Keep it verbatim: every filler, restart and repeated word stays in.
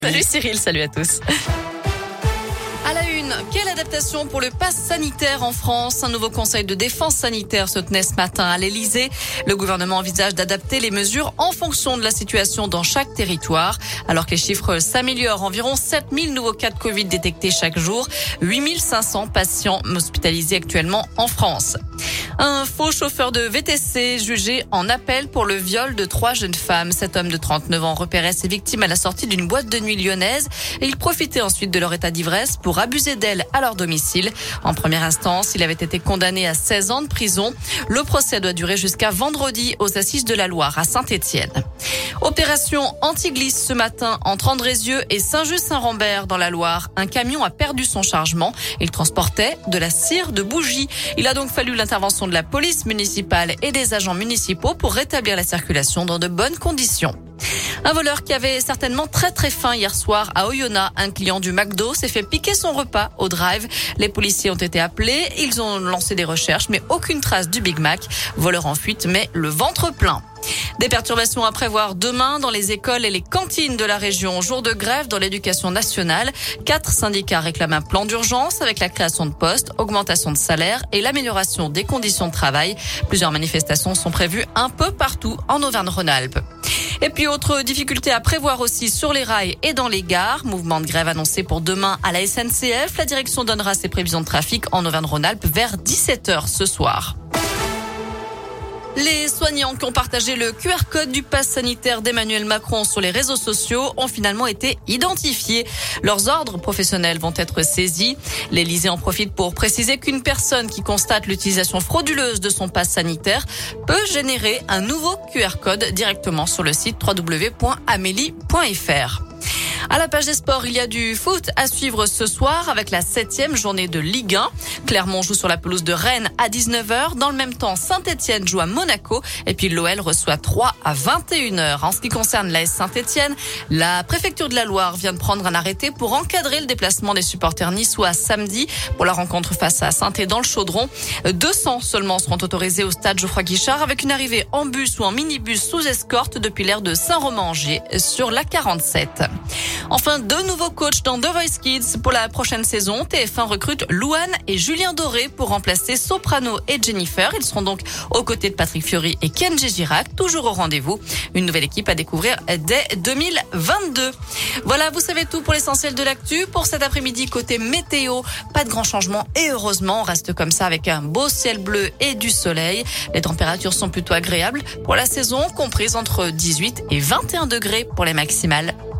Salut Cyril, salut à tous. À la une, quelle adaptation pour le pass sanitaire en France? Un nouveau conseil de défense sanitaire se tenait ce matin à l'Elysée. Le gouvernement envisage d'adapter les mesures en fonction de la situation dans chaque territoire. Alors que les chiffres s'améliorent, environ sept mille nouveaux cas de Covid détectés chaque jour, huit mille cinq cents patients hospitalisés actuellement en France. Un faux chauffeur de V T C jugé en appel pour le viol de trois jeunes femmes. Cet homme de trente-neuf ans repérait ses victimes à la sortie d'une boîte de nuit lyonnaise et il profitait ensuite de leur état d'ivresse pour abuser d'elles à leur domicile. En première instance, il avait été condamné à seize ans de prison. Le procès doit durer jusqu'à vendredi aux Assises de la Loire à Saint-Étienne. Opération anti-glisse ce matin entre Andrézieux et Saint-Just-Saint-Rambert dans la Loire. Un camion a perdu son chargement. Il transportait de la cire de bougie. Il a donc fallu l'intervention de la police municipale et des agents municipaux pour rétablir la circulation dans de bonnes conditions. Un voleur qui avait certainement très très faim hier soir à Oyonnax, un client du McDo s'est fait piquer son repas au drive. Les policiers ont été appelés, ils ont lancé des recherches mais aucune trace du Big Mac. Voleur en fuite mais le ventre plein. Des perturbations à prévoir demain dans les écoles et les cantines de la région. Jour de grève dans l'éducation nationale. Quatre syndicats réclament un plan d'urgence avec la création de postes, augmentation de salaire et l'amélioration des conditions de travail. Plusieurs manifestations sont prévues un peu partout en Auvergne-Rhône-Alpes. Et puis, autre difficulté à prévoir aussi sur les rails et dans les gares. Mouvement de grève annoncé pour demain à la S N C F. La direction donnera ses prévisions de trafic en Auvergne-Rhône-Alpes vers dix-sept heures ce soir. Les soignants qui ont partagé le Q R code du pass sanitaire d'Emmanuel Macron sur les réseaux sociaux ont finalement été identifiés. Leurs ordres professionnels vont être saisis. L'Élysée en profite pour préciser qu'une personne qui constate l'utilisation frauduleuse de son pass sanitaire peut générer un nouveau Q R code directement sur le site w w w point amélie point f r. À la page des sports, il y a du foot à suivre ce soir avec la septième journée de Ligue un. Clermont joue sur la pelouse de Rennes à dix-neuf heures. Dans le même temps, Saint-Étienne joue à Monaco et puis l'O L reçoit Troyes à vingt et une heures. En ce qui concerne l'A S Saint-Étienne, la préfecture de la Loire vient de prendre un arrêté pour encadrer le déplacement des supporters niçois samedi pour la rencontre face à Saint-Étienne dans le Chaudron. deux cents seulement seront autorisés au stade Geoffroy Guichard avec une arrivée en bus ou en minibus sous escorte depuis l'aire de Saint-Romain-Angers sur la quarante-sept. Enfin, deux nouveaux coachs dans The Voice Kids pour la prochaine saison. T F un recrute Louane et Julien Doré pour remplacer Soprano et Jennifer. Ils seront donc aux côtés de Patrick Fiori et Kenji Girac, toujours au rendez-vous. Une nouvelle équipe à découvrir dès deux mille vingt-deux. Voilà, vous savez tout pour l'essentiel de l'actu. Pour cet après-midi, côté météo, pas de grands changements et heureusement, on reste comme ça avec un beau ciel bleu et du soleil. Les températures sont plutôt agréables pour la saison, comprises entre dix-huit et vingt et un degrés pour les maximales.